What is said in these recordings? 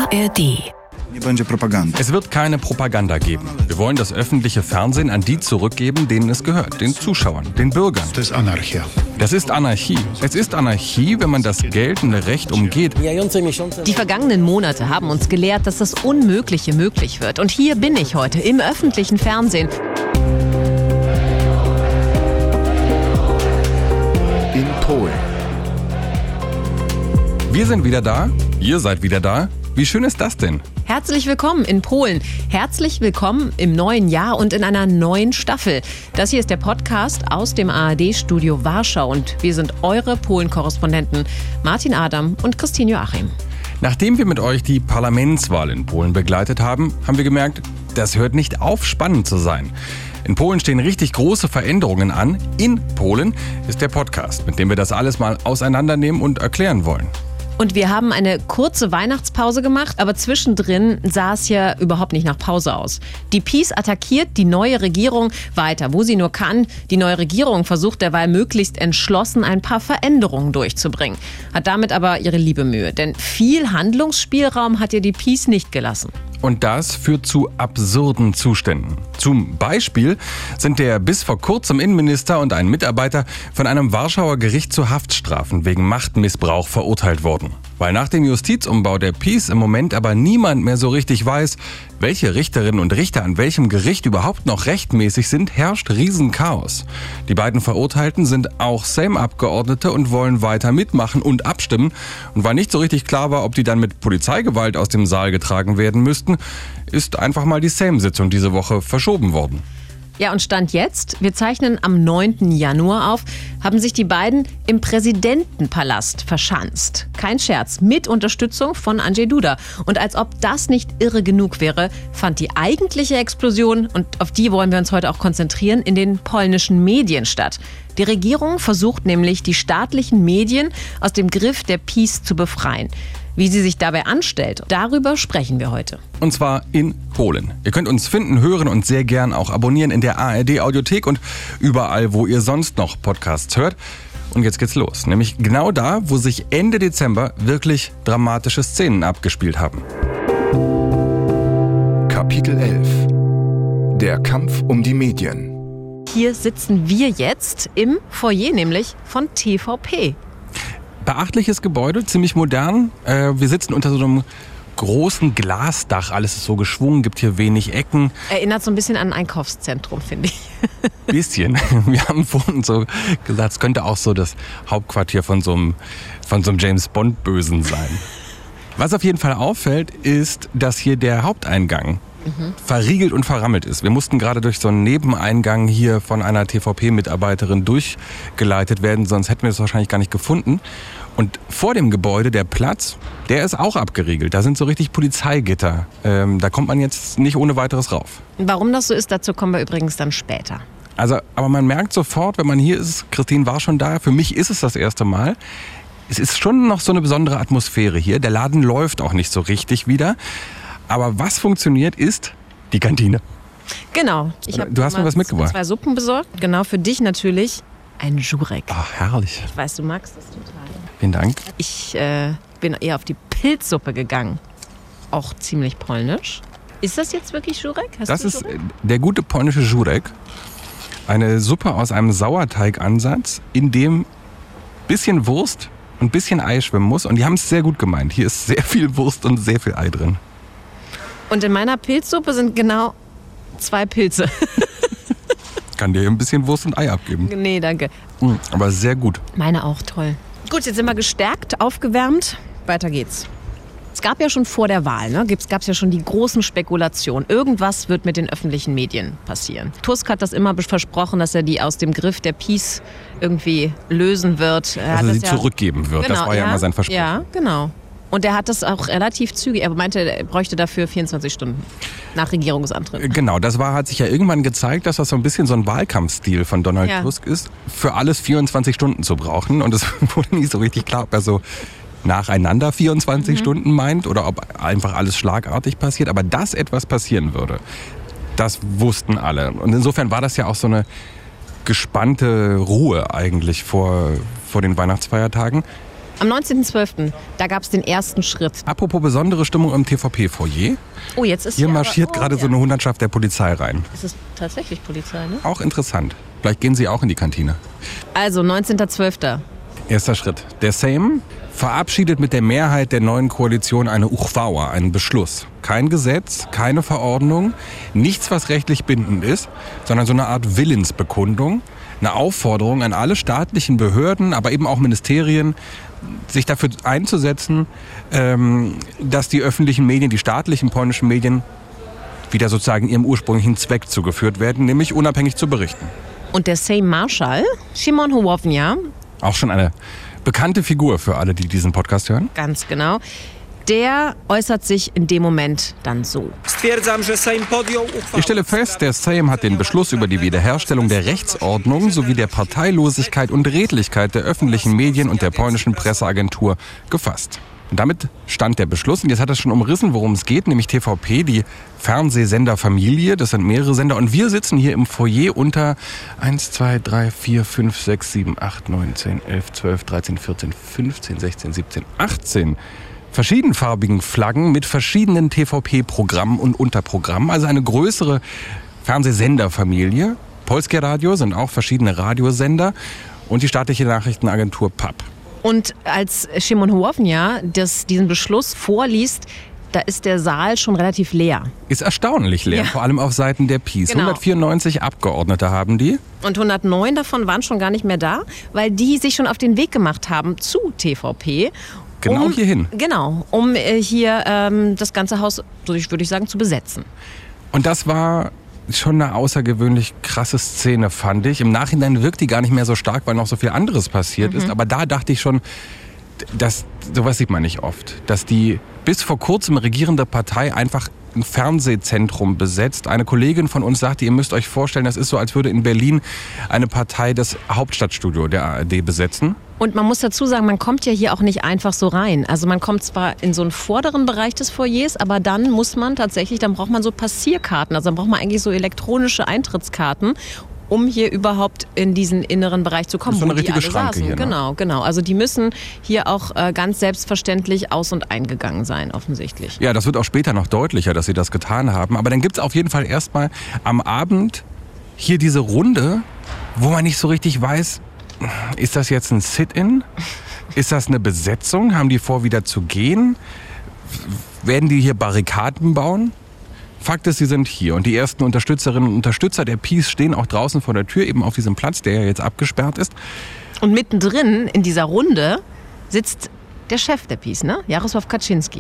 ARD. Es wird keine Propaganda geben. Wir wollen das öffentliche Fernsehen an die zurückgeben, denen es gehört, den Zuschauern, den Bürgern. Das ist Anarchie. Das ist Anarchie. Es ist Anarchie, wenn man das geltende Recht umgeht. Die vergangenen Monate haben uns gelehrt, dass das Unmögliche möglich wird. Und hier bin ich heute im öffentlichen Fernsehen. In Polen. Wir sind wieder da. Ihr seid wieder da. Wie schön ist das denn? Herzlich willkommen in Polen. Herzlich willkommen im neuen Jahr und in einer neuen Staffel. Das hier ist der Podcast aus dem ARD-Studio Warschau und wir sind eure Polen-Korrespondenten Martin Adam und Christine Joachim. Nachdem wir mit euch die Parlamentswahl in Polen begleitet haben, haben wir gemerkt, das hört nicht auf, spannend zu sein. In Polen stehen richtig große Veränderungen an. In Polen ist der Podcast, mit dem wir das alles mal auseinandernehmen und erklären wollen. Und wir haben eine kurze Weihnachtspause gemacht, aber zwischendrin sah es ja überhaupt nicht nach Pause aus. Die PiS attackiert die neue Regierung weiter, wo sie nur kann. Die neue Regierung versucht derweil möglichst entschlossen ein paar Veränderungen durchzubringen. Hat damit aber ihre liebe Mühe, denn viel Handlungsspielraum hat ihr die PiS nicht gelassen. Und das führt zu absurden Zuständen. Zum Beispiel sind der bis vor kurzem Innenminister und ein Mitarbeiter von einem Warschauer Gericht zu Haftstrafen wegen Machtmissbrauch verurteilt worden. Weil nach dem Justizumbau der PiS im Moment aber niemand mehr so richtig weiß, welche Richterinnen und Richter an welchem Gericht überhaupt noch rechtmäßig sind, herrscht Riesenchaos. Die beiden Verurteilten sind auch Sejm-Abgeordnete und wollen weiter mitmachen und abstimmen. Und weil nicht so richtig klar war, ob die dann mit Polizeigewalt aus dem Saal getragen werden müssten, ist einfach mal die Sejm-Sitzung diese Woche verschoben worden. Ja, und Stand jetzt, wir zeichnen am 9. Januar auf, haben sich die beiden im Präsidentenpalast verschanzt. Kein Scherz, mit Unterstützung von Andrzej Duda. Und als ob das nicht irre genug wäre, fand die eigentliche Explosion, und auf die wollen wir uns heute auch konzentrieren, in den polnischen Medien statt. Die Regierung versucht nämlich, die staatlichen Medien aus dem Griff der PiS zu befreien. Wie sie sich dabei anstellt, darüber sprechen wir heute. Und zwar in Polen. Ihr könnt uns finden, hören und sehr gern auch abonnieren in der ARD-Audiothek und überall, wo ihr sonst noch Podcasts hört. Und jetzt geht's los. Nämlich genau da, wo sich Ende Dezember wirklich dramatische Szenen abgespielt haben. Kapitel 11. Der Kampf um die Medien. Hier sitzen wir jetzt im Foyer nämlich von TVP. Beachtliches Gebäude, ziemlich modern. Wir sitzen unter so einem großen Glasdach. Alles ist so geschwungen, gibt hier wenig Ecken. Erinnert so ein bisschen an ein Einkaufszentrum, finde ich. Bisschen. Wir haben vorhin so gesagt, es könnte auch so das Hauptquartier von so einem James-Bond-Bösen sein. Was auf jeden Fall auffällt, ist, dass hier der Haupteingang verriegelt und verrammelt ist. Wir mussten gerade durch so einen Nebeneingang hier von einer TVP-Mitarbeiterin durchgeleitet werden, sonst hätten wir es wahrscheinlich gar nicht gefunden. Und vor dem Gebäude, der Platz, der ist auch abgeriegelt. Da sind so richtig Polizeigitter. Da kommt man jetzt nicht ohne weiteres rauf. Warum das so ist, dazu kommen wir übrigens dann später. Also, aber man merkt sofort, wenn man hier ist, Christine war schon da, für mich ist es das erste Mal. Es ist schon noch so eine besondere Atmosphäre hier. Der Laden läuft auch nicht so richtig wieder. Aber was funktioniert, ist die Kantine. Genau. Du hast mir was mitgebracht. 2 Suppen besorgt. Genau, für dich natürlich ein Żurek. Ach, herrlich. Ich weiß, du magst das total. Vielen Dank. Ich bin eher auf die Pilzsuppe gegangen. Auch ziemlich polnisch. Ist das jetzt wirklich Żurek? Das ist der gute polnische Żurek. Eine Suppe aus einem Sauerteigansatz, in dem bisschen Wurst und bisschen Ei schwimmen muss. Und die haben es sehr gut gemeint. Hier ist sehr viel Wurst und sehr viel Ei drin. Und in meiner Pilzsuppe sind genau 2 Pilze. Kann dir ein bisschen Wurst und Ei abgeben. Nee, danke. Aber sehr gut. Meine auch, toll. Gut, jetzt sind wir gestärkt, aufgewärmt. Weiter geht's. Es gab ja schon vor der Wahl, gab es ja schon die großen Spekulationen. Irgendwas wird mit den öffentlichen Medien passieren. Tusk hat das immer versprochen, dass er die aus dem Griff der PiS irgendwie lösen wird. Dass er sie zurückgeben wird. Genau, das war ja immer sein Versprechen. Ja, genau. Und er hat das auch relativ zügig. Er meinte, er bräuchte dafür 24 Stunden nach Regierungsantritt. Genau, hat sich ja irgendwann gezeigt, dass das so ein bisschen so ein Wahlkampfstil von Donald Tusk ist, für alles 24 Stunden zu brauchen. Und es wurde nie so richtig klar, ob er so nacheinander 24 Stunden meint oder ob einfach alles schlagartig passiert. Aber dass etwas passieren würde, das wussten alle. Und insofern war das ja auch so eine gespannte Ruhe eigentlich vor den Weihnachtsfeiertagen. Am 19.12., da gab es den ersten Schritt. Apropos besondere Stimmung im TVP-Foyer. Oh, jetzt ist Hier marschiert gerade so eine Hundertschaft der Polizei rein. Ist es tatsächlich Polizei, ne? Auch interessant. Vielleicht gehen Sie auch in die Kantine. Also, 19.12. Erster Schritt. Der Sejm verabschiedet mit der Mehrheit der neuen Koalition eine Uchwała, einen Beschluss. Kein Gesetz, keine Verordnung, nichts, was rechtlich bindend ist, sondern so eine Art Willensbekundung, eine Aufforderung an alle staatlichen Behörden, aber eben auch Ministerien, sich dafür einzusetzen, dass die öffentlichen Medien, die staatlichen polnischen Medien, wieder sozusagen ihrem ursprünglichen Zweck zugeführt werden, nämlich unabhängig zu berichten. Und der Sejm-Marschall, Szymon Hołownia, auch schon eine bekannte Figur für alle, die diesen Podcast hören. Ganz genau. Der äußert sich in dem Moment dann so. Ich stelle fest, der Sejm hat den Beschluss über die Wiederherstellung der Rechtsordnung sowie der Parteilosigkeit und Redlichkeit der öffentlichen Medien und der polnischen Presseagentur gefasst. Und damit stand der Beschluss, und jetzt hat er schon umrissen, worum es geht, nämlich TVP, die Fernsehsenderfamilie, das sind mehrere Sender, und wir sitzen hier im Foyer unter 1, 2, 3, 4, 5, 6, 7, 8, 9, 10, 11, 12, 13, 14, 15, 16, 17, 18 verschiedenfarbigen Flaggen mit verschiedenen TVP-Programmen und Unterprogrammen, also eine größere Fernsehsenderfamilie. Polskie Radio sind auch verschiedene Radiosender und die staatliche Nachrichtenagentur PAP. Und als Szymon Hołownia diesen Beschluss vorliest, da ist der Saal schon relativ leer. Ist erstaunlich leer, vor allem auf Seiten der PiS. Genau. 194 Abgeordnete haben die. Und 109 davon waren schon gar nicht mehr da, weil die sich schon auf den Weg gemacht haben zu TVP. Genau hierhin. Genau, um hier das ganze Haus, würde ich sagen, zu besetzen. Und das war schon eine außergewöhnlich krasse Szene, fand ich. Im Nachhinein wirkt die gar nicht mehr so stark, weil noch so viel anderes passiert ist. Aber da dachte ich schon, sowas sieht man nicht oft. Dass die bis vor kurzem regierende Partei einfach ein Fernsehzentrum besetzt. Eine Kollegin von uns sagte, ihr müsst euch vorstellen, das ist so, als würde in Berlin eine Partei das Hauptstadtstudio der ARD besetzen. Und man muss dazu sagen, man kommt ja hier auch nicht einfach so rein. Also man kommt zwar in so einen vorderen Bereich des Foyers, aber dann braucht man so Passierkarten. Also dann braucht man eigentlich so elektronische Eintrittskarten, um hier überhaupt in diesen inneren Bereich zu kommen. Das ist so eine richtige Schranke hier, ne? Genau. Also die müssen hier auch ganz selbstverständlich aus- und eingegangen sein, offensichtlich. Ja, das wird auch später noch deutlicher, dass sie das getan haben. Aber dann gibt es auf jeden Fall erstmal am Abend hier diese Runde, wo man nicht so richtig weiß, ist das jetzt ein Sit-in? Ist das eine Besetzung? Haben die vor, wieder zu gehen? Werden die hier Barrikaden bauen? Fakt ist, sie sind hier. Und die ersten Unterstützerinnen und Unterstützer der PiS stehen auch draußen vor der Tür, eben auf diesem Platz, der ja jetzt abgesperrt ist. Und mittendrin in dieser Runde sitzt der Chef der PiS, ne? Jarosław Kaczyński.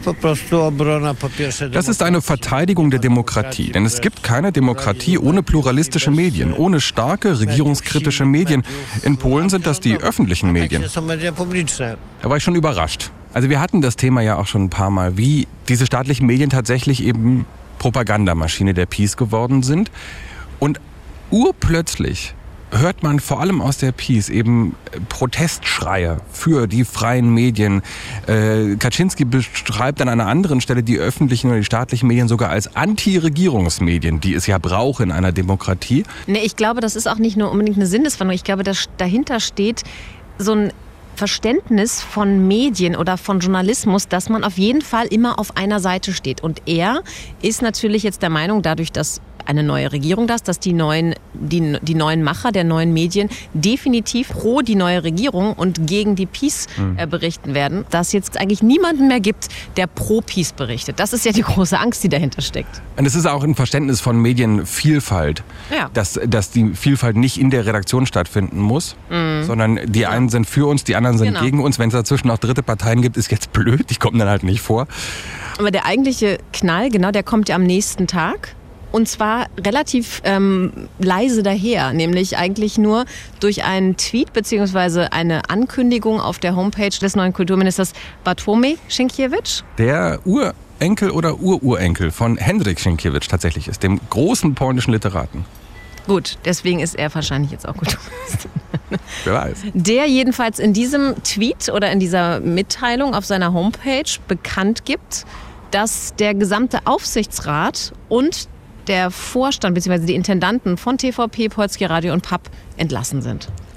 Das ist eine Verteidigung der Demokratie. Denn es gibt keine Demokratie ohne pluralistische Medien, ohne starke regierungskritische Medien. In Polen sind das die öffentlichen Medien. Da war ich schon überrascht. Also wir hatten das Thema ja auch schon ein paar Mal, wie diese staatlichen Medien tatsächlich eben Propagandamaschine der PiS geworden sind. Und urplötzlich hört man vor allem aus der PiS eben Protestschreie für die freien Medien. Kaczyński beschreibt an einer anderen Stelle die öffentlichen oder die staatlichen Medien sogar als Anti-Regierungsmedien, die es ja braucht in einer Demokratie. Nee, ich glaube, das ist auch nicht nur unbedingt eine Sinneswandlung. Ich glaube, dahinter steht so ein Verständnis von Medien oder von Journalismus, dass man auf jeden Fall immer auf einer Seite steht. Und er ist natürlich jetzt der Meinung, dadurch, dass eine neue Regierung dass die neuen Macher der neuen Medien definitiv pro die neue Regierung und gegen die PiS berichten werden, dass es jetzt eigentlich niemanden mehr gibt, der pro PiS berichtet. Das ist ja die große Angst, die dahinter steckt. Und es ist auch ein Verständnis von Medienvielfalt, ja. dass die Vielfalt nicht in der Redaktion stattfinden muss, sondern die einen sind für uns, die anderen sind gegen uns. Wenn es dazwischen auch dritte Parteien gibt, ist jetzt blöd, die kommen dann halt nicht vor. Aber der eigentliche Knall, der kommt ja am nächsten Tag. Und zwar relativ leise daher, nämlich eigentlich nur durch einen Tweet bzw. eine Ankündigung auf der Homepage des neuen Kulturministers Bartłomiej Sienkiewicz. Der Urenkel oder Ururenkel von Henryk Sienkiewicz tatsächlich ist, dem großen polnischen Literaten. Gut, deswegen ist er wahrscheinlich jetzt auch Kulturminister. Wer weiß. Der jedenfalls in diesem Tweet oder in dieser Mitteilung auf seiner Homepage bekannt gibt, dass der gesamte Aufsichtsrat und der Vorstand bzw. die Intendanten von TVP, Polskie Radio und PAP entlassen sind.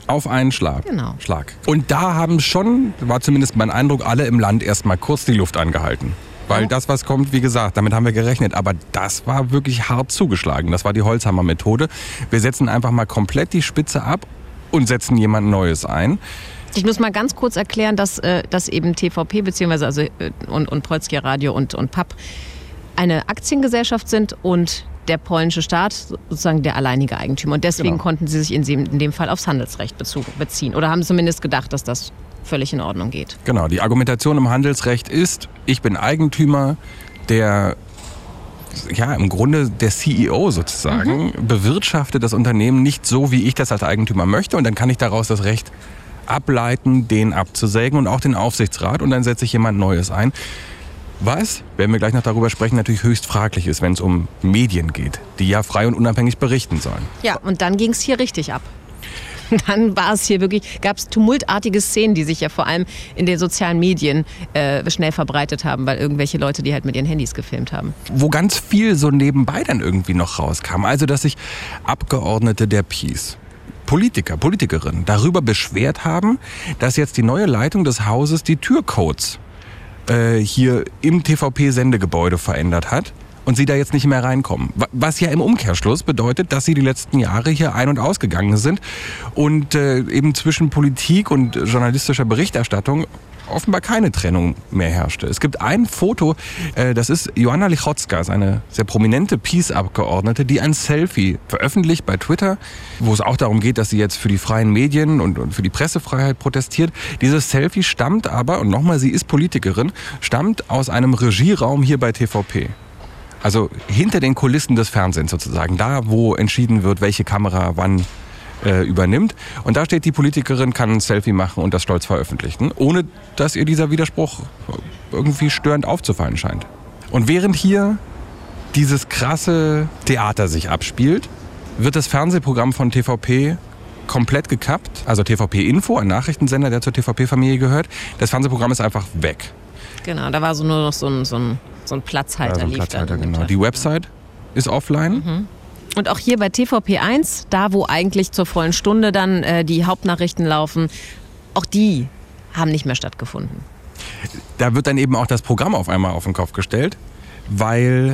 Auf einen Schlag. Genau. Und da haben schon, war zumindest mein Eindruck, alle im Land erstmal kurz die Luft angehalten. Weil das, was kommt, wie gesagt, damit haben wir gerechnet. Aber das war wirklich hart zugeschlagen. Das war die Holzhammer-Methode. Wir setzen einfach mal komplett die Spitze ab und setzen jemand Neues ein. Ich muss mal ganz kurz erklären, dass eben TVP beziehungsweise und Polskie Radio und PAP eine Aktiengesellschaft sind und der polnische Staat sozusagen der alleinige Eigentümer. Und deswegen konnten sie sich in dem Fall aufs Handelsrecht beziehen. Oder haben zumindest gedacht, dass das völlig in Ordnung geht. Genau, die Argumentation im Handelsrecht ist, ich bin Eigentümer, der im Grunde der CEO sozusagen bewirtschaftet das Unternehmen nicht so, wie ich das als Eigentümer möchte. Und dann kann ich daraus das Recht ableiten, den abzusägen und auch den Aufsichtsrat. Und dann setze ich jemand Neues ein. Was, werden wir gleich noch darüber sprechen, natürlich höchst fraglich ist, wenn es um Medien geht, die ja frei und unabhängig berichten sollen. Ja, und dann ging es hier richtig ab. Dann war es hier wirklich, gab es tumultartige Szenen, die sich ja vor allem in den sozialen Medien schnell verbreitet haben, weil irgendwelche Leute, die halt mit ihren Handys gefilmt haben. Wo ganz viel so nebenbei dann irgendwie noch rauskam. Also, dass sich Abgeordnete der PiS, Politiker, Politikerinnen darüber beschwert haben, dass jetzt die neue Leitung des Hauses die Türcodes hier im TVP-Sendegebäude verändert hat. Und sie da jetzt nicht mehr reinkommen. Was ja im Umkehrschluss bedeutet, dass sie die letzten Jahre hier ein- und ausgegangen sind und eben zwischen Politik und journalistischer Berichterstattung offenbar keine Trennung mehr herrschte. Es gibt ein Foto, das ist Joanna Lichocka, ist eine sehr prominente PiS-Abgeordnete, die ein Selfie veröffentlicht bei Twitter, wo es auch darum geht, dass sie jetzt für die freien Medien und für die Pressefreiheit protestiert. Dieses Selfie stammt aber, und nochmal, sie ist Politikerin, stammt aus einem Regieraum hier bei TVP. Also hinter den Kulissen des Fernsehens sozusagen, da wo entschieden wird, welche Kamera wann übernimmt. Und da steht die Politikerin, kann ein Selfie machen und das stolz veröffentlichen, ohne dass ihr dieser Widerspruch irgendwie störend aufzufallen scheint. Und während hier dieses krasse Theater sich abspielt, wird das Fernsehprogramm von TVP komplett gekappt. Also TVP Info, ein Nachrichtensender, der zur TVP-Familie gehört. Das Fernsehprogramm ist einfach weg. Genau, da war nur noch so ein Platzhalter, lief dann. Genau. Die Website ist offline. Und auch hier bei TVP1, da wo eigentlich zur vollen Stunde dann die Hauptnachrichten laufen, auch die haben nicht mehr stattgefunden. Da wird dann eben auch das Programm auf einmal auf den Kopf gestellt, weil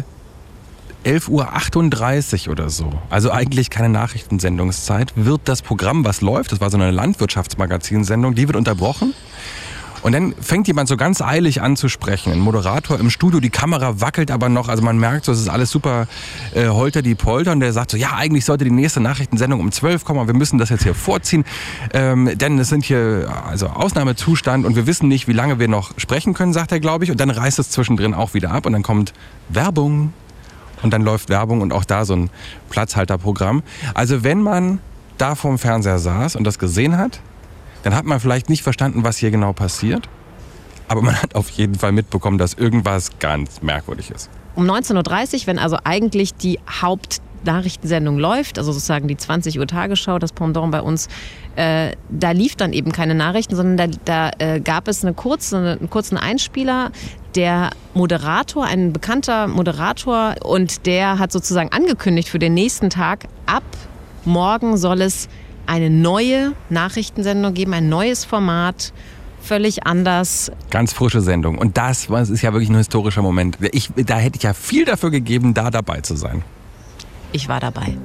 11:38 Uhr oder so, also eigentlich keine Nachrichtensendungszeit, wird das Programm, was läuft, das war so eine Landwirtschaftsmagazinsendung, die wird unterbrochen. Und dann fängt jemand so ganz eilig an zu sprechen. Ein Moderator im Studio, die Kamera wackelt aber noch. Also man merkt so, es ist alles super holter die Polter. Und der sagt so, ja, eigentlich sollte die nächste Nachrichtensendung um 12 kommen. Wir müssen das jetzt hier vorziehen. Denn es sind hier also Ausnahmezustand und wir wissen nicht, wie lange wir noch sprechen können, sagt er, glaube ich. Und dann reißt es zwischendrin auch wieder ab und dann kommt Werbung. Und dann läuft Werbung und auch da so ein Platzhalterprogramm. Also wenn man da vorm Fernseher saß und das gesehen hat, dann hat man vielleicht nicht verstanden, was hier genau passiert. Aber man hat auf jeden Fall mitbekommen, dass irgendwas ganz merkwürdig ist. Um 19:30 Uhr, wenn also eigentlich die Hauptnachrichtensendung läuft, also sozusagen die 20 Uhr Tagesschau, das Pendant bei uns, da lief dann eben keine Nachrichten, sondern da gab es einen kurzen Einspieler. Der Moderator, ein bekannter Moderator, und der hat sozusagen angekündigt für den nächsten Tag, ab morgen soll es eine neue Nachrichtensendung geben, ein neues Format, völlig anders. Ganz frische Sendung. Und das ist ja wirklich ein historischer Moment. Da hätte ich ja viel dafür gegeben, da dabei zu sein. Ich war dabei.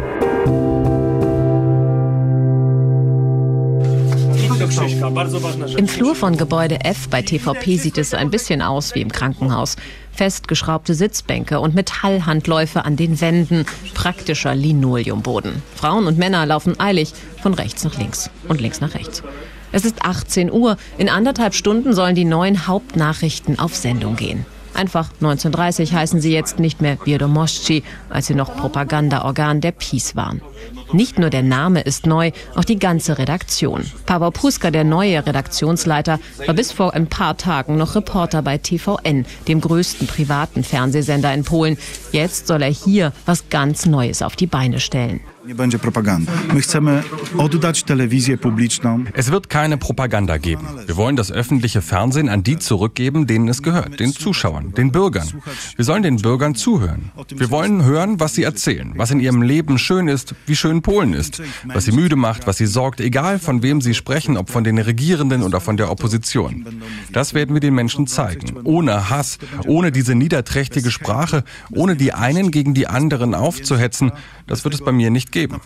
Im Flur von Gebäude F bei TVP sieht es ein bisschen aus wie im Krankenhaus. Festgeschraubte Sitzbänke und Metallhandläufe an den Wänden, praktischer Linoleumboden. Frauen und Männer laufen eilig von rechts nach links und links nach rechts. Es ist 18 Uhr. In 1,5 Stunden sollen die neuen Hauptnachrichten auf Sendung gehen. Einfach 19:30 heißen sie jetzt nicht mehr Wiadomości, als sie noch Propagandaorgan der PiS waren. Nicht nur der Name ist neu, auch die ganze Redaktion. Paweł Pruska, der neue Redaktionsleiter, war bis vor ein paar Tagen noch Reporter bei TVN, dem größten privaten Fernsehsender in Polen. Jetzt soll er hier was ganz Neues auf die Beine stellen. Es wird keine Propaganda geben. Wir wollen das öffentliche Fernsehen an die zurückgeben, denen es gehört, den Zuschauern, den Bürgern. Wir sollen den Bürgern zuhören. Wir wollen hören, was sie erzählen, was in ihrem Leben schön ist, wie schön Polen ist, was sie müde macht, was sie sorgt, egal von wem sie sprechen, ob von den Regierenden oder von der Opposition. Das werden wir den Menschen zeigen. Ohne Hass, ohne diese niederträchtige Sprache, ohne die einen gegen die anderen aufzuhetzen. Das wird es bei mir nicht geben.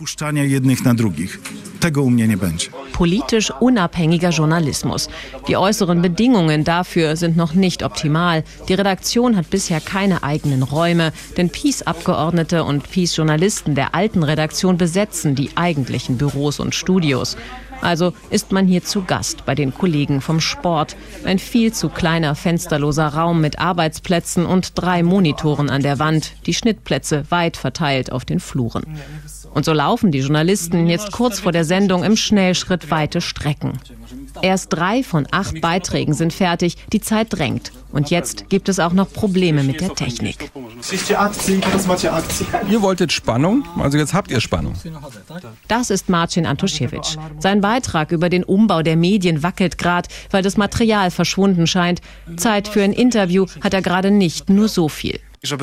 Politisch unabhängiger Journalismus. Die äußeren Bedingungen dafür sind noch nicht optimal. Die Redaktion hat bisher keine eigenen Räume, denn PiS-Abgeordnete und PiS-Journalisten der alten Redaktion besetzen die eigentlichen Büros und Studios. Also ist man hier zu Gast bei den Kollegen vom Sport. Ein viel zu kleiner fensterloser Raum mit Arbeitsplätzen und 3 Monitoren an der Wand, die Schnittplätze weit verteilt auf den Fluren. Und so laufen die Journalisten jetzt kurz vor der Sendung im Schnellschritt weite Strecken. Erst 3 von 8 Beiträgen sind fertig, die Zeit drängt. Und jetzt gibt es auch noch Probleme mit der Technik. Ihr wolltet Spannung, also jetzt habt ihr Spannung. Das ist Marcin Antoszewicz. Sein Beitrag über den Umbau der Medien wackelt gerade, weil das Material verschwunden scheint. Zeit für ein Interview hat er gerade nicht, nur so viel.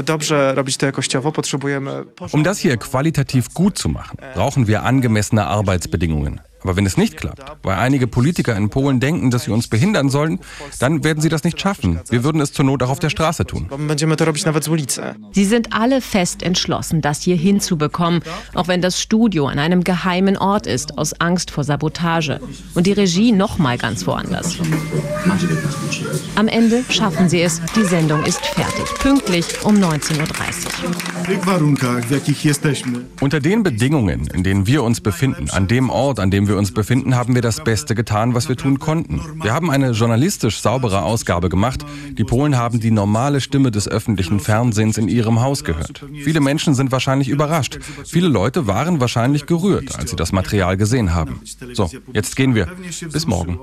Um das hier qualitativ gut zu machen, brauchen wir angemessene Arbeitsbedingungen. Aber wenn es nicht klappt, weil einige Politiker in Polen denken, dass sie uns behindern sollen, dann werden sie das nicht schaffen. Wir würden es zur Not auch auf der Straße tun. Sie sind alle fest entschlossen, das hier hinzubekommen, auch wenn das Studio an einem geheimen Ort ist, aus Angst vor Sabotage. Und die Regie noch mal ganz woanders. Am Ende schaffen sie es, die Sendung ist fertig, pünktlich um 19:30 Uhr. Unter den Bedingungen, in denen wir uns befinden, an dem Ort, an dem wir uns befinden, haben wir das Beste getan, was wir tun konnten. Wir haben eine journalistisch saubere Ausgabe gemacht. Die Polen haben die normale Stimme des öffentlichen Fernsehens in ihrem Haus gehört. Viele Menschen sind wahrscheinlich überrascht. Viele Leute waren wahrscheinlich gerührt, als sie das Material gesehen haben. So, jetzt gehen wir. Bis morgen.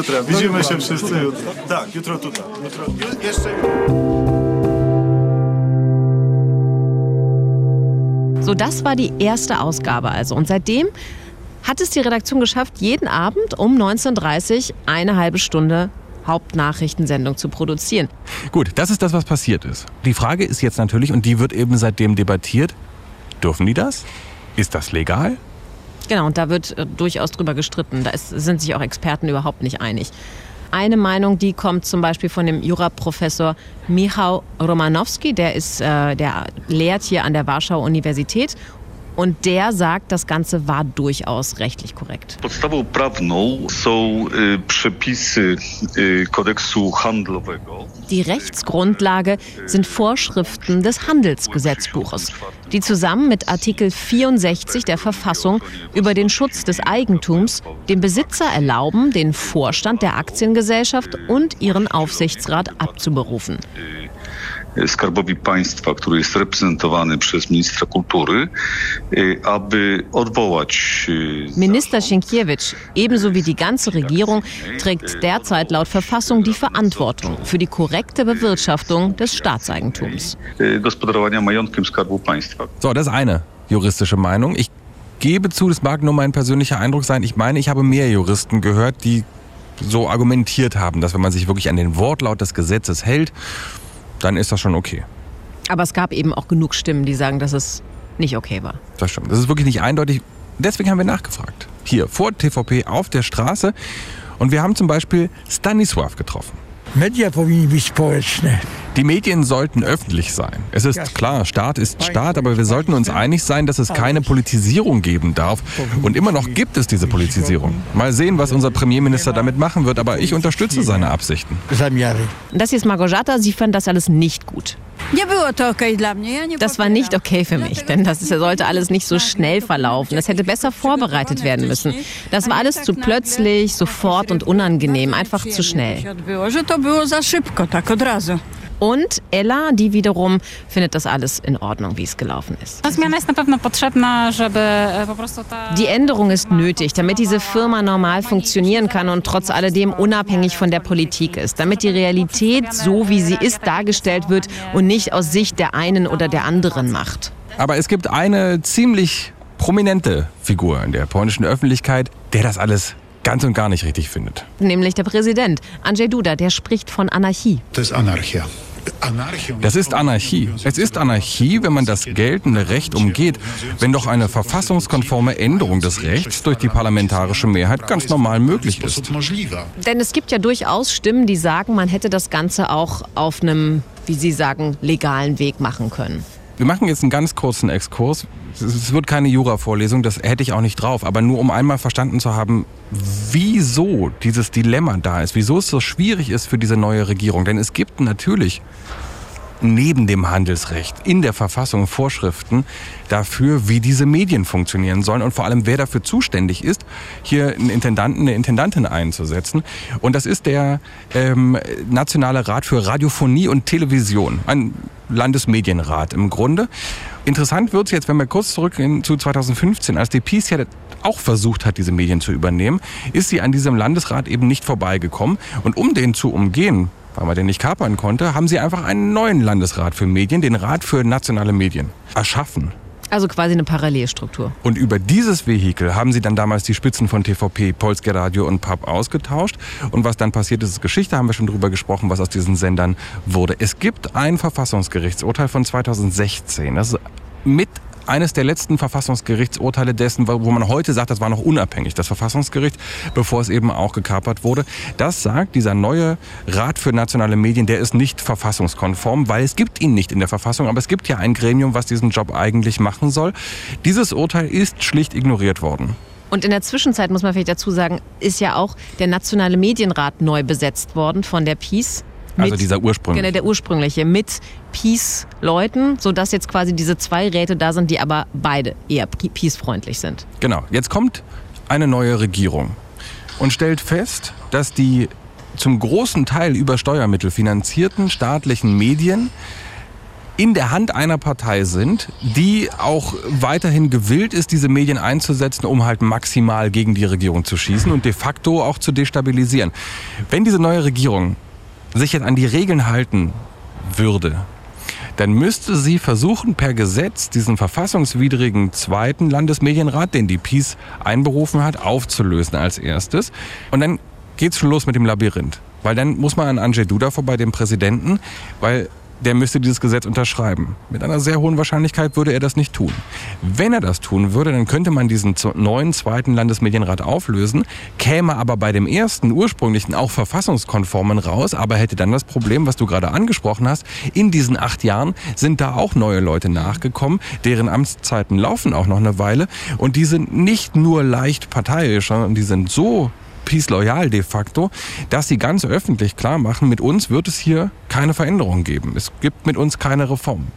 So, das war die erste Ausgabe also. Und seitdem hat es die Redaktion geschafft, jeden Abend um 19:30 Uhr eine halbe Stunde Hauptnachrichtensendung zu produzieren. Gut, das ist das, was passiert ist. Die Frage ist jetzt natürlich, und die wird eben seitdem debattiert, dürfen die das? Ist das legal? Genau, und da wird durchaus drüber gestritten. Da sind sich auch Experten überhaupt nicht einig. Eine Meinung, die kommt zum Beispiel von dem Juraprofessor Michał Romanowski, der lehrt hier an der Warschauer Universität. Und der sagt, das Ganze war durchaus rechtlich korrekt. Podstawą prawną są przepisy kodeksu handlowego. Die Rechtsgrundlage sind Vorschriften des Handelsgesetzbuches, die zusammen mit Artikel 64 der Verfassung über den Schutz des Eigentums dem Besitzer erlauben, den Vorstand der Aktiengesellschaft und ihren Aufsichtsrat abzuberufen. Skarbowi Państwa, który jest reprezentowany przez ministra kultury, aby odwołać... Minister Sienkiewicz, ebenso wie die ganze Regierung, trägt derzeit laut Verfassung die Verantwortung für die korrekte Bewirtschaftung des Staatseigentums. Gospodarowania majątkiem Skarbu Państwa. So, das ist eine juristische Meinung. Ich gebe zu, das mag nur mein persönlicher Eindruck sein. Ich meine, ich habe mehr Juristen gehört, die so argumentiert haben, dass wenn man sich wirklich an den Wortlaut des Gesetzes hält, dann ist das schon okay. Aber es gab eben auch genug Stimmen, die sagen, dass es nicht okay war. Das stimmt. Das ist wirklich nicht eindeutig. Deswegen haben wir nachgefragt. Hier vor TVP auf der Straße. Und wir haben zum Beispiel Stanisław getroffen. Media powinny być społeczne. Die Medien sollten öffentlich sein. Es ist klar, Staat ist Staat, aber wir sollten uns einig sein, dass es keine Politisierung geben darf. Und immer noch gibt es diese Politisierung. Mal sehen, was unser Premierminister damit machen wird, aber ich unterstütze seine Absichten. Das hier ist Małgorzata, sie fand das alles nicht gut. Das war nicht okay für mich, denn das sollte alles nicht so schnell verlaufen. Das hätte besser vorbereitet werden müssen. Das war alles zu plötzlich, sofort und unangenehm, einfach zu schnell. Und Ella, die wiederum findet das alles in Ordnung, wie es gelaufen ist. Die Änderung ist nötig, damit diese Firma normal funktionieren kann und trotz alledem unabhängig von der Politik ist. Damit die Realität, so wie sie ist, dargestellt wird und nicht aus Sicht der einen oder der anderen Macht. Aber es gibt eine ziemlich prominente Figur in der polnischen Öffentlichkeit, der das alles ganz und gar nicht richtig findet. Nämlich der Präsident, Andrzej Duda, der spricht von Anarchie. Das ist Anarchie. Das ist Anarchie. Es ist Anarchie, wenn man das geltende Recht umgeht, wenn doch eine verfassungskonforme Änderung des Rechts durch die parlamentarische Mehrheit ganz normal möglich ist. Denn es gibt ja durchaus Stimmen, die sagen, man hätte das Ganze auch auf einem, wie Sie sagen, legalen Weg machen können. Wir machen jetzt einen ganz kurzen Exkurs. Es wird keine Jura-Vorlesung, das hätte ich auch nicht drauf. Aber nur um einmal verstanden zu haben, wieso dieses Dilemma da ist, wieso es so schwierig ist für diese neue Regierung. Denn es gibt natürlich neben dem Handelsrecht in der Verfassung Vorschriften dafür, wie diese Medien funktionieren sollen und vor allem, wer dafür zuständig ist, hier einen Intendanten, eine Intendantin einzusetzen. Und das ist der Nationale Rat für Radiophonie und Television, ein Landesmedienrat im Grunde. Interessant wird es jetzt, wenn wir kurz zurückgehen zu 2015, als die PiS ja auch versucht hat, diese Medien zu übernehmen, ist sie an diesem Landesrat eben nicht vorbeigekommen. Und um den zu umgehen, weil man den nicht kapern konnte, haben sie einfach einen neuen Landesrat für Medien, den Rat für nationale Medien, erschaffen. Also quasi eine Parallelstruktur. Und über dieses Vehikel haben sie dann damals die Spitzen von TVP, Polskie Radio und PAP ausgetauscht. Und was dann passiert ist Geschichte, haben wir schon drüber gesprochen, was aus diesen Sendern wurde. Es gibt ein Verfassungsgerichtsurteil von 2016. Das ist mit eines der letzten Verfassungsgerichtsurteile dessen, wo man heute sagt, das war noch unabhängig, das Verfassungsgericht, bevor es eben auch gekapert wurde. Das sagt, dieser neue Rat für nationale Medien, der ist nicht verfassungskonform, weil es gibt ihn nicht in der Verfassung, aber es gibt ja ein Gremium, was diesen Job eigentlich machen soll. Dieses Urteil ist schlicht ignoriert worden. Und in der Zwischenzeit, muss man vielleicht dazu sagen, ist ja auch der Nationale Medienrat neu besetzt worden von der PiS. Also dieser ursprüngliche. Genau, der ursprüngliche, mit PiS-Leuten, sodass jetzt quasi diese zwei Räte da sind, die aber beide eher PiS-freundlich sind. Genau, jetzt kommt eine neue Regierung und stellt fest, dass die zum großen Teil über Steuermittel finanzierten staatlichen Medien in der Hand einer Partei sind, die auch weiterhin gewillt ist, diese Medien einzusetzen, um halt maximal gegen die Regierung zu schießen und de facto auch zu destabilisieren. Wenn diese neue Regierung sich jetzt an die Regeln halten würde, dann müsste sie versuchen, per Gesetz diesen verfassungswidrigen zweiten Landesmedienrat, den die PiS einberufen hat, aufzulösen als erstes. Und dann geht's schon los mit dem Labyrinth. Weil dann muss man an Andrzej Duda vorbei, dem Präsidenten, weil der müsste dieses Gesetz unterschreiben. Mit einer sehr hohen Wahrscheinlichkeit würde er das nicht tun. Wenn er das tun würde, dann könnte man diesen neuen zweiten Landesmedienrat auflösen, käme aber bei dem ersten, ursprünglichen, auch verfassungskonformen raus, aber hätte dann das Problem, was du gerade angesprochen hast, in diesen 8 Jahren sind da auch neue Leute nachgekommen, deren Amtszeiten laufen auch noch eine Weile und die sind nicht nur leicht parteiisch, sondern die sind so PiS-loyal de facto, dass sie ganz öffentlich klar machen, mit uns wird es hier keine Veränderung geben. Es gibt mit uns keine Reform.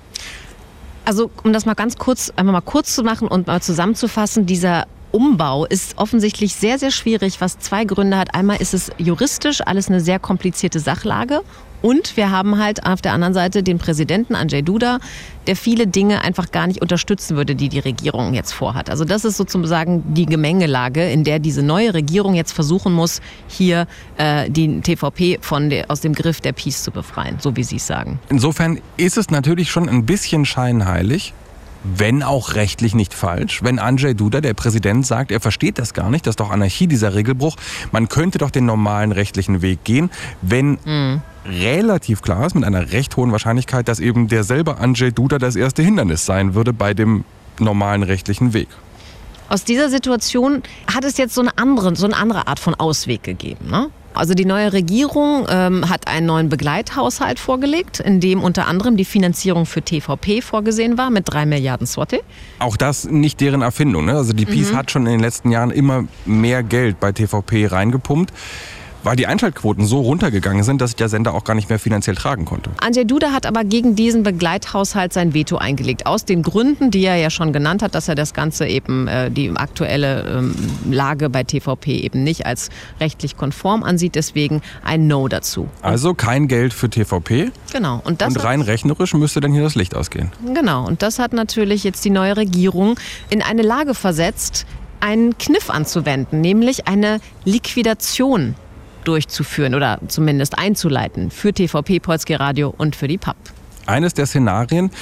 Also um das mal ganz kurz, einmal mal kurz zu machen und mal zusammenzufassen, dieser Umbau ist offensichtlich sehr, sehr schwierig, was 2 Gründe hat. Einmal ist es juristisch alles eine sehr komplizierte Sachlage. Und wir haben halt auf der anderen Seite den Präsidenten Andrzej Duda, der viele Dinge einfach gar nicht unterstützen würde, die die Regierung jetzt vorhat. Also das ist sozusagen die Gemengelage, in der diese neue Regierung jetzt versuchen muss, hier die TVP aus dem Griff der PiS zu befreien, so wie Sie es sagen. Insofern ist es natürlich schon ein bisschen scheinheilig, wenn auch rechtlich nicht falsch, wenn Andrzej Duda, der Präsident, sagt, er versteht das gar nicht, das ist doch Anarchie, dieser Regelbruch. Man könnte doch den normalen rechtlichen Weg gehen, wenn relativ klar ist, mit einer recht hohen Wahrscheinlichkeit, dass eben derselbe Andrzej Duda das erste Hindernis sein würde bei dem normalen rechtlichen Weg. Aus dieser Situation hat es jetzt so eine andere Art von Ausweg gegeben, ne? Also die neue Regierung hat einen neuen Begleithaushalt vorgelegt, in dem unter anderem die Finanzierung für TVP vorgesehen war mit 3 Milliarden Zloty. Auch das nicht deren Erfindung, ne? Also die PiS hat schon in den letzten Jahren immer mehr Geld bei TVP reingepumpt, weil die Einschaltquoten so runtergegangen sind, dass sich der Sender auch gar nicht mehr finanziell tragen konnte. Andrzej Duda hat aber gegen diesen Begleithaushalt sein Veto eingelegt. Aus den Gründen, die er ja schon genannt hat, dass er das Ganze eben, die aktuelle Lage bei TVP eben nicht als rechtlich konform ansieht. Deswegen ein No dazu. Also kein Geld für TVP. Genau. Und rein rechnerisch müsste dann hier das Licht ausgehen. Genau. Und das hat natürlich jetzt die neue Regierung in eine Lage versetzt, einen Kniff anzuwenden, nämlich eine Liquidation durchzuführen oder zumindest einzuleiten für TVP, Polskie Radio und für die PAP. Eines der Szenarien,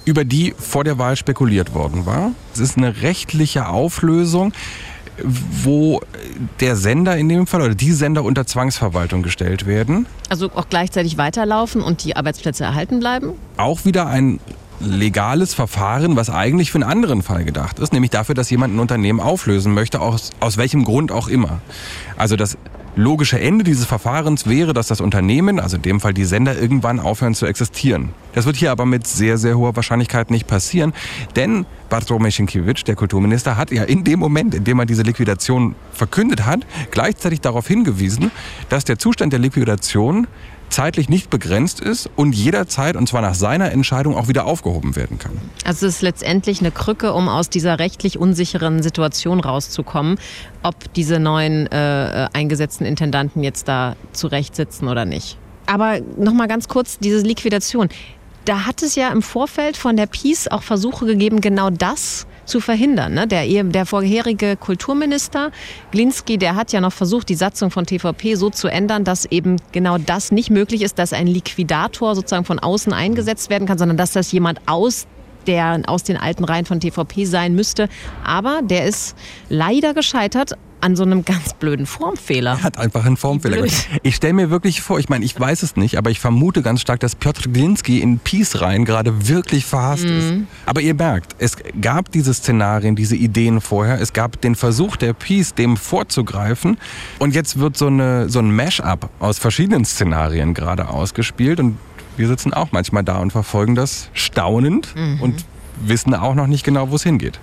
über die vor der Wahl spekuliert worden war. Es ist eine rechtliche Auflösung, wo der Sender in dem Fall oder die Sender unter Zwangsverwaltung gestellt werden. Also auch gleichzeitig weiterlaufen und die Arbeitsplätze erhalten bleiben? Auch wieder ein legales Verfahren, was eigentlich für einen anderen Fall gedacht ist, nämlich dafür, dass jemand ein Unternehmen auflösen möchte, aus welchem Grund auch immer. Also das logische Ende dieses Verfahrens wäre, dass das Unternehmen, also in dem Fall die Sender, irgendwann aufhören zu existieren. Das wird hier aber mit sehr, sehr hoher Wahrscheinlichkeit nicht passieren, denn Bartłomiej Sienkiewicz, der Kulturminister, hat ja in dem Moment, in dem er diese Liquidation verkündet hat, gleichzeitig darauf hingewiesen, dass der Zustand der Liquidation zeitlich nicht begrenzt ist und jederzeit, und zwar nach seiner Entscheidung, auch wieder aufgehoben werden kann. Also es ist letztendlich eine Krücke, um aus dieser rechtlich unsicheren Situation rauszukommen, ob diese neuen eingesetzten Intendanten jetzt da zurecht sitzen oder nicht. Aber nochmal ganz kurz, diese Liquidation. Da hat es ja im Vorfeld von der PiS auch Versuche gegeben, genau das zu verhindern. Ne? Der vorherige Kulturminister Glinski, der hat ja noch versucht, die Satzung von TVP so zu ändern, dass eben genau das nicht möglich ist, dass ein Liquidator sozusagen von außen eingesetzt werden kann, sondern dass das jemand aus den alten Reihen von TVP sein müsste. Aber der ist leider gescheitert an so einem ganz blöden Formfehler. Er hat einfach einen Formfehler gemacht. Ich stelle mir wirklich vor, ich meine, ich weiß es nicht, aber ich vermute ganz stark, dass Piotr Glinski in PiS-Reihen gerade wirklich verhasst ist. Aber ihr merkt, es gab diese Szenarien, diese Ideen vorher. Es gab den Versuch der PiS, dem vorzugreifen. Und jetzt wird so ein Mash-up aus verschiedenen Szenarien gerade ausgespielt. Und wir sitzen auch manchmal da und verfolgen das staunend und wissen auch noch nicht genau, wo es hingeht.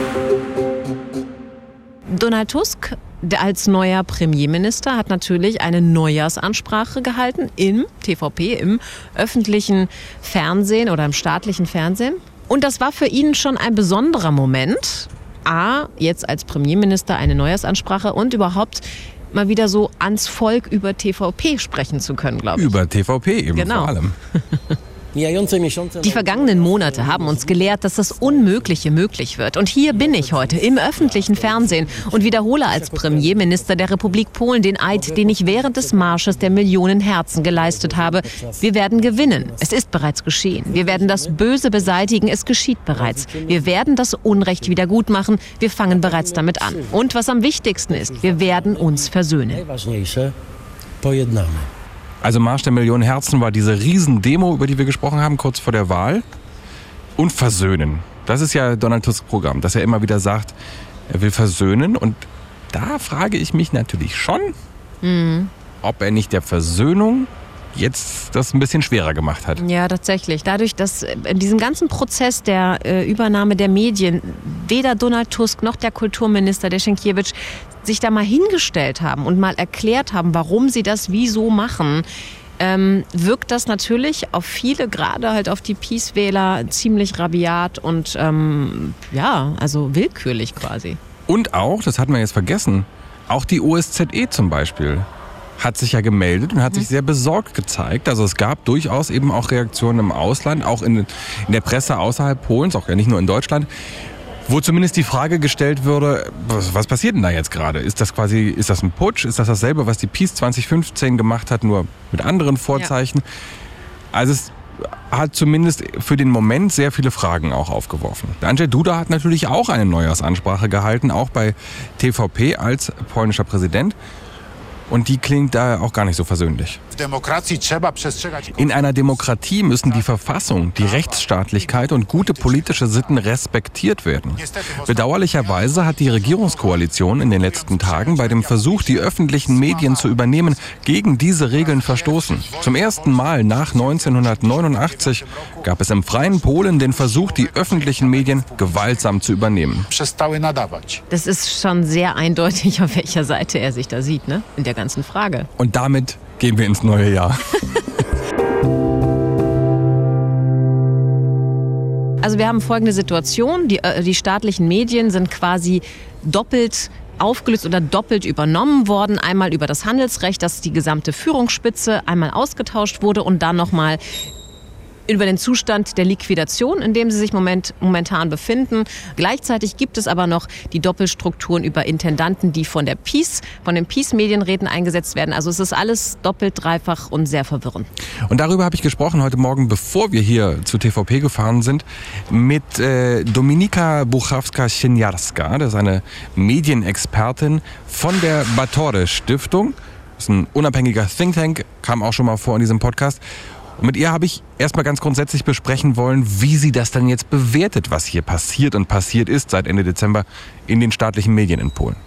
Donald Tusk, als neuer Premierminister, hat natürlich eine Neujahrsansprache gehalten im TVP, im öffentlichen Fernsehen oder im staatlichen Fernsehen. Und das war für ihn schon ein besonderer Moment. Jetzt als Premierminister eine Neujahrsansprache und überhaupt mal wieder so ans Volk über TVP sprechen zu können, glaube ich. Über TVP eben vor allem. Die vergangenen Monate haben uns gelehrt, dass das Unmögliche möglich wird. Und hier bin ich heute im öffentlichen Fernsehen und wiederhole als Premierminister der Republik Polen den Eid, den ich während des Marsches der Millionen Herzen geleistet habe. Wir werden gewinnen. Es ist bereits geschehen. Wir werden das Böse beseitigen. Es geschieht bereits. Wir werden das Unrecht wieder gut machen. Wir fangen bereits damit an. Und was am wichtigsten ist, wir werden uns versöhnen. Also Marsch der Millionen Herzen war diese Riesendemo, über die wir gesprochen haben, kurz vor der Wahl. Und versöhnen. Das ist ja Donald Tusks Programm, dass er immer wieder sagt, er will versöhnen. Und da frage ich mich natürlich schon, ob er nicht der Versöhnung jetzt das ein bisschen schwerer gemacht hat. Ja, tatsächlich. Dadurch, dass in diesem ganzen Prozess der Übernahme der Medien weder Donald Tusk noch der Kulturminister, der Sienkiewicz, sich da mal hingestellt haben und mal erklärt haben, warum sie das wieso machen, wirkt das natürlich auf viele, gerade halt auf die PiS-Wähler, ziemlich rabiat und also willkürlich quasi. Und auch, das hatten wir jetzt vergessen, auch die OSZE zum Beispiel hat sich ja gemeldet und hat sich sehr besorgt gezeigt. Also es gab durchaus eben auch Reaktionen im Ausland, auch in der Presse außerhalb Polens, auch ja nicht nur in Deutschland, wo zumindest die Frage gestellt würde, was passiert denn da jetzt gerade? Ist das ein Putsch? Ist das dasselbe, was die PiS 2015 gemacht hat, nur mit anderen Vorzeichen? Ja. Also es hat zumindest für den Moment sehr viele Fragen auch aufgeworfen. Andrzej Duda hat natürlich auch eine Neujahrsansprache gehalten, auch bei TVP als polnischer Präsident. Und die klingt da auch gar nicht so versöhnlich. In einer Demokratie müssen die Verfassung, die Rechtsstaatlichkeit und gute politische Sitten respektiert werden. Bedauerlicherweise hat die Regierungskoalition in den letzten Tagen bei dem Versuch, die öffentlichen Medien zu übernehmen, gegen diese Regeln verstoßen. Zum ersten Mal nach 1989 gab es im freien Polen den Versuch, die öffentlichen Medien gewaltsam zu übernehmen. Das ist schon sehr eindeutig, auf welcher Seite er sich da sieht, ne? In der ganzen Frage. Und damit gehen wir ins neue Jahr. Also wir haben folgende Situation. Die staatlichen Medien sind quasi doppelt aufgelöst oder doppelt übernommen worden. Einmal über das Handelsrecht, dass die gesamte Führungsspitze einmal ausgetauscht wurde und dann nochmal über den Zustand der Liquidation, in dem sie sich momentan befinden. Gleichzeitig gibt es aber noch die Doppelstrukturen über Intendanten, die von den PiS-Medienräten eingesetzt werden. Also es ist alles doppelt, dreifach und sehr verwirrend. Und darüber habe ich gesprochen heute Morgen, bevor wir hier zu TVP gefahren sind, mit Dominika Buchowska-Sieniarska. Das ist eine Medienexpertin von der Batory-Stiftung. Das ist ein unabhängiger Think Tank, kam auch schon mal vor in diesem Podcast. Und mit ihr habe ich erstmal ganz grundsätzlich besprechen wollen, wie sie das dann jetzt bewertet, was hier passiert und passiert ist seit Ende Dezember in den staatlichen Medien in Polen.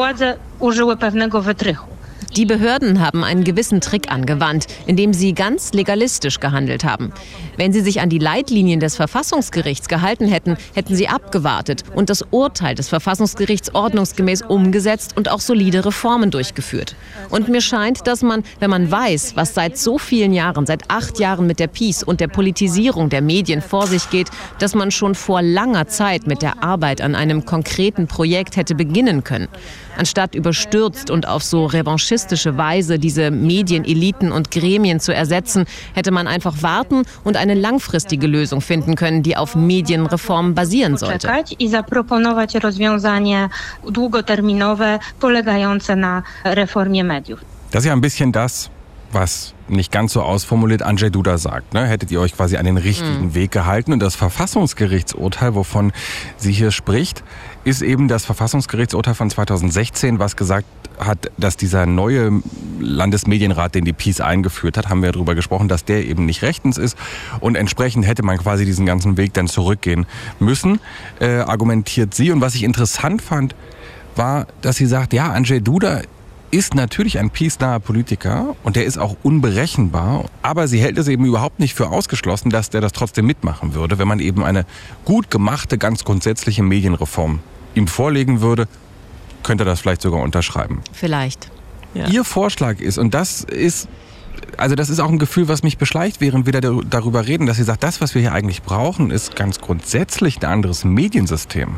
Die Behörden haben einen gewissen Trick angewandt, indem sie ganz legalistisch gehandelt haben. Wenn sie sich an die Leitlinien des Verfassungsgerichts gehalten hätten, hätten sie abgewartet und das Urteil des Verfassungsgerichts ordnungsgemäß umgesetzt und auch solide Reformen durchgeführt. Und mir scheint, dass man, wenn man weiß, was seit so vielen Jahren, seit 8 Jahren mit der PiS und der Politisierung der Medien vor sich geht, dass man schon vor langer Zeit mit der Arbeit an einem konkreten Projekt hätte beginnen können. Anstatt überstürzt und auf so revanchistische Weise diese Medieneliten und Gremien zu ersetzen, hätte man einfach warten und eine langfristige Lösung finden können, die auf Medienreform basieren sollte. Das ist ja ein bisschen das, was nicht ganz so ausformuliert Andrzej Duda sagt. Ne? Hättet ihr euch quasi an den richtigen Weg gehalten. Und das Verfassungsgerichtsurteil, wovon sie hier spricht, ist eben das Verfassungsgerichtsurteil von 2016, was gesagt hat, dass dieser neue Landesmedienrat, den die PiS eingeführt hat, haben wir darüber gesprochen, dass der eben nicht rechtens ist. Und entsprechend hätte man quasi diesen ganzen Weg dann zurückgehen müssen, argumentiert sie. Und was ich interessant fand, war, dass sie sagt, ja, Andrzej Duda ist natürlich ein PiS-naher Politiker und der ist auch unberechenbar, aber sie hält es eben überhaupt nicht für ausgeschlossen, dass der das trotzdem mitmachen würde, wenn man eben eine gut gemachte, ganz grundsätzliche Medienreform ihm vorlegen würde, könnte er das vielleicht sogar unterschreiben. Vielleicht. Ja. Ihr Vorschlag ist, und das ist auch ein Gefühl, was mich beschleicht, während wir darüber reden, dass sie sagt, das, was wir hier eigentlich brauchen, ist ganz grundsätzlich ein anderes Mediensystem.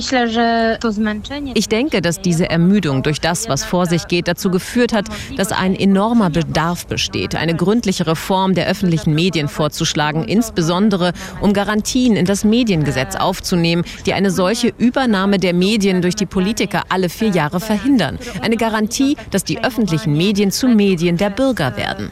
Ich denke, dass diese Ermüdung durch das, was vor sich geht, dazu geführt hat, dass ein enormer Bedarf besteht, eine gründliche Reform der öffentlichen Medien vorzuschlagen, insbesondere um Garantien in das Mediengesetz aufzunehmen, die eine solche Übernahme der Medien durch die Politiker alle 4 Jahre verhindern. Eine Garantie, dass die öffentlichen Medien zu Medien der Bürger werden.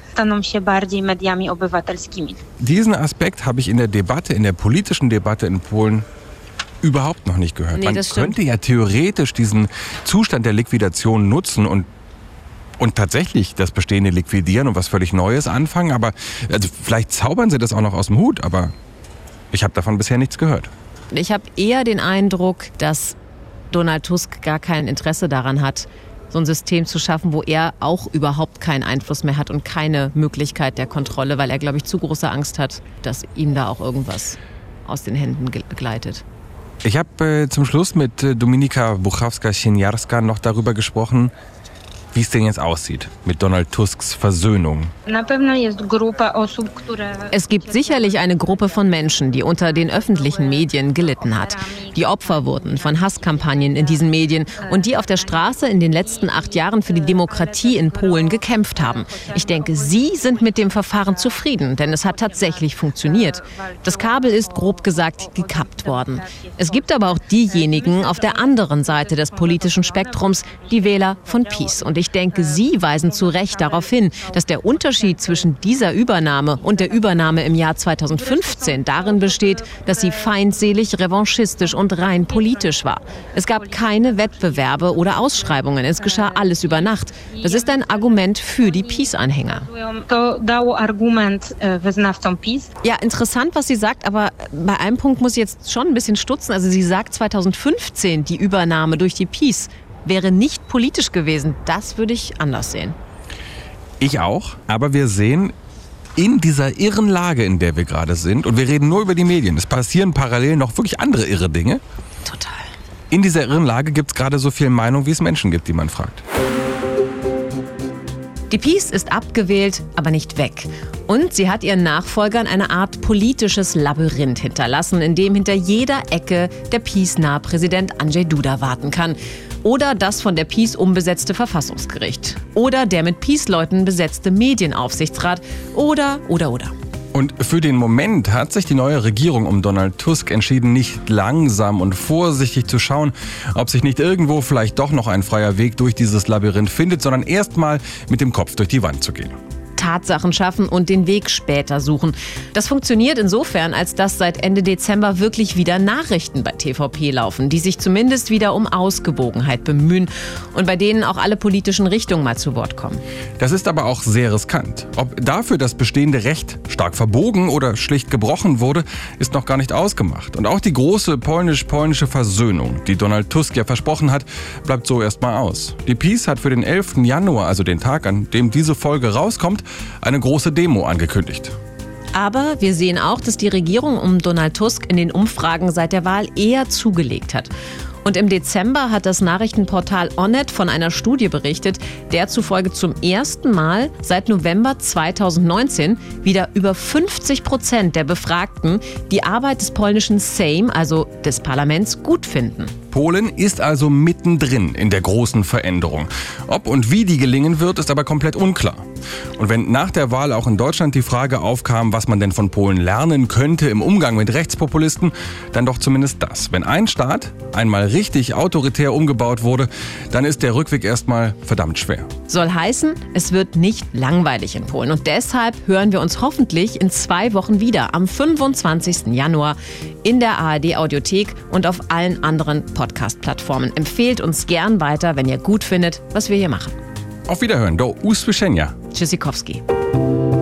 Diesen Aspekt habe ich in der politischen Debatte in Polen überhaupt noch nicht gehört. Man könnte ja theoretisch diesen Zustand der Liquidation nutzen und tatsächlich das Bestehende liquidieren und was völlig Neues anfangen. Aber also vielleicht zaubern sie das auch noch aus dem Hut, aber ich habe davon bisher nichts gehört. Ich habe eher den Eindruck, dass Donald Tusk gar kein Interesse daran hat, so ein System zu schaffen, wo er auch überhaupt keinen Einfluss mehr hat und keine Möglichkeit der Kontrolle, weil er, glaube ich, zu große Angst hat, dass ihm da auch irgendwas aus den Händen gleitet. Ich habe zum Schluss mit Dominika Buchowska-Sieniarska noch darüber gesprochen, wie es denn jetzt aussieht mit Donald Tusks Versöhnung. Es gibt sicherlich eine Gruppe von Menschen, die unter den öffentlichen Medien gelitten hat. Die Opfer wurden von Hasskampagnen in diesen Medien und die auf der Straße in den letzten 8 Jahren für die Demokratie in Polen gekämpft haben. Ich denke, sie sind mit dem Verfahren zufrieden, denn es hat tatsächlich funktioniert. Das Kabel ist, grob gesagt, gekappt worden. Es gibt aber auch diejenigen auf der anderen Seite des politischen Spektrums, die Wähler von PiS. Und ich denke, sie weisen zu Recht darauf hin, dass der Unterschied zwischen dieser Übernahme und der Übernahme im Jahr 2015 darin besteht, dass sie feindselig, revanchistisch und rein politisch war. Es gab keine Wettbewerbe oder Ausschreibungen. Es geschah alles über Nacht. Das ist ein Argument für die PiS-Anhänger. Ja, interessant, was sie sagt, aber bei einem Punkt muss ich jetzt schon ein bisschen stutzen. Also sie sagt 2015, die Übernahme durch die PiS wäre nicht politisch gewesen. Das würde ich anders sehen. Ich auch, aber wir sehen in dieser irren Lage, in der wir gerade sind, und wir reden nur über die Medien, es passieren parallel noch wirklich andere irre Dinge. Total. In dieser irren Lage gibt es gerade so viel Meinung, wie es Menschen gibt, die man fragt. Die PiS ist abgewählt, aber nicht weg. Und sie hat ihren Nachfolgern eine Art politisches Labyrinth hinterlassen, in dem hinter jeder Ecke der PiS-nahe Präsident Andrzej Duda warten kann. Oder das von der PiS umbesetzte Verfassungsgericht. Oder der mit PiS-Leuten besetzte Medienaufsichtsrat. Oder. Und für den Moment hat sich die neue Regierung um Donald Tusk entschieden, nicht langsam und vorsichtig zu schauen, ob sich nicht irgendwo vielleicht doch noch ein freier Weg durch dieses Labyrinth findet, sondern erstmal mit dem Kopf durch die Wand zu gehen. Tatsachen schaffen und den Weg später suchen. Das funktioniert insofern, als dass seit Ende Dezember wirklich wieder Nachrichten bei TVP laufen, die sich zumindest wieder um Ausgewogenheit bemühen und bei denen auch alle politischen Richtungen mal zu Wort kommen. Das ist aber auch sehr riskant. Ob dafür das bestehende Recht stark verbogen oder schlicht gebrochen wurde, ist noch gar nicht ausgemacht. Und auch die große polnisch-polnische Versöhnung, die Donald Tusk ja versprochen hat, bleibt so erstmal aus. Die PiS hat für den 11. Januar, also den Tag, an dem diese Folge rauskommt, eine große Demo angekündigt. Aber wir sehen auch, dass die Regierung um Donald Tusk in den Umfragen seit der Wahl eher zugelegt hat. Und im Dezember hat das Nachrichtenportal Onet von einer Studie berichtet, der zufolge zum ersten Mal seit November 2019 wieder über 50% der Befragten die Arbeit des polnischen Sejm, also des Parlaments, gut finden. Polen ist also mittendrin in der großen Veränderung. Ob und wie die gelingen wird, ist aber komplett unklar. Und wenn nach der Wahl auch in Deutschland die Frage aufkam, was man denn von Polen lernen könnte im Umgang mit Rechtspopulisten, dann doch zumindest das. Wenn ein Staat einmal richtig autoritär umgebaut wurde, dann ist der Rückweg erstmal verdammt schwer. Soll heißen, es wird nicht langweilig in Polen. Und deshalb hören wir uns hoffentlich in 2 Wochen wieder, am 25. Januar in der ARD-Audiothek und auf allen anderen Podcast-Plattformen. Empfehlt uns gern weiter, wenn ihr gut findet, was wir hier machen. Auf Wiederhören. Do usłyszenia. Tschüssikowski.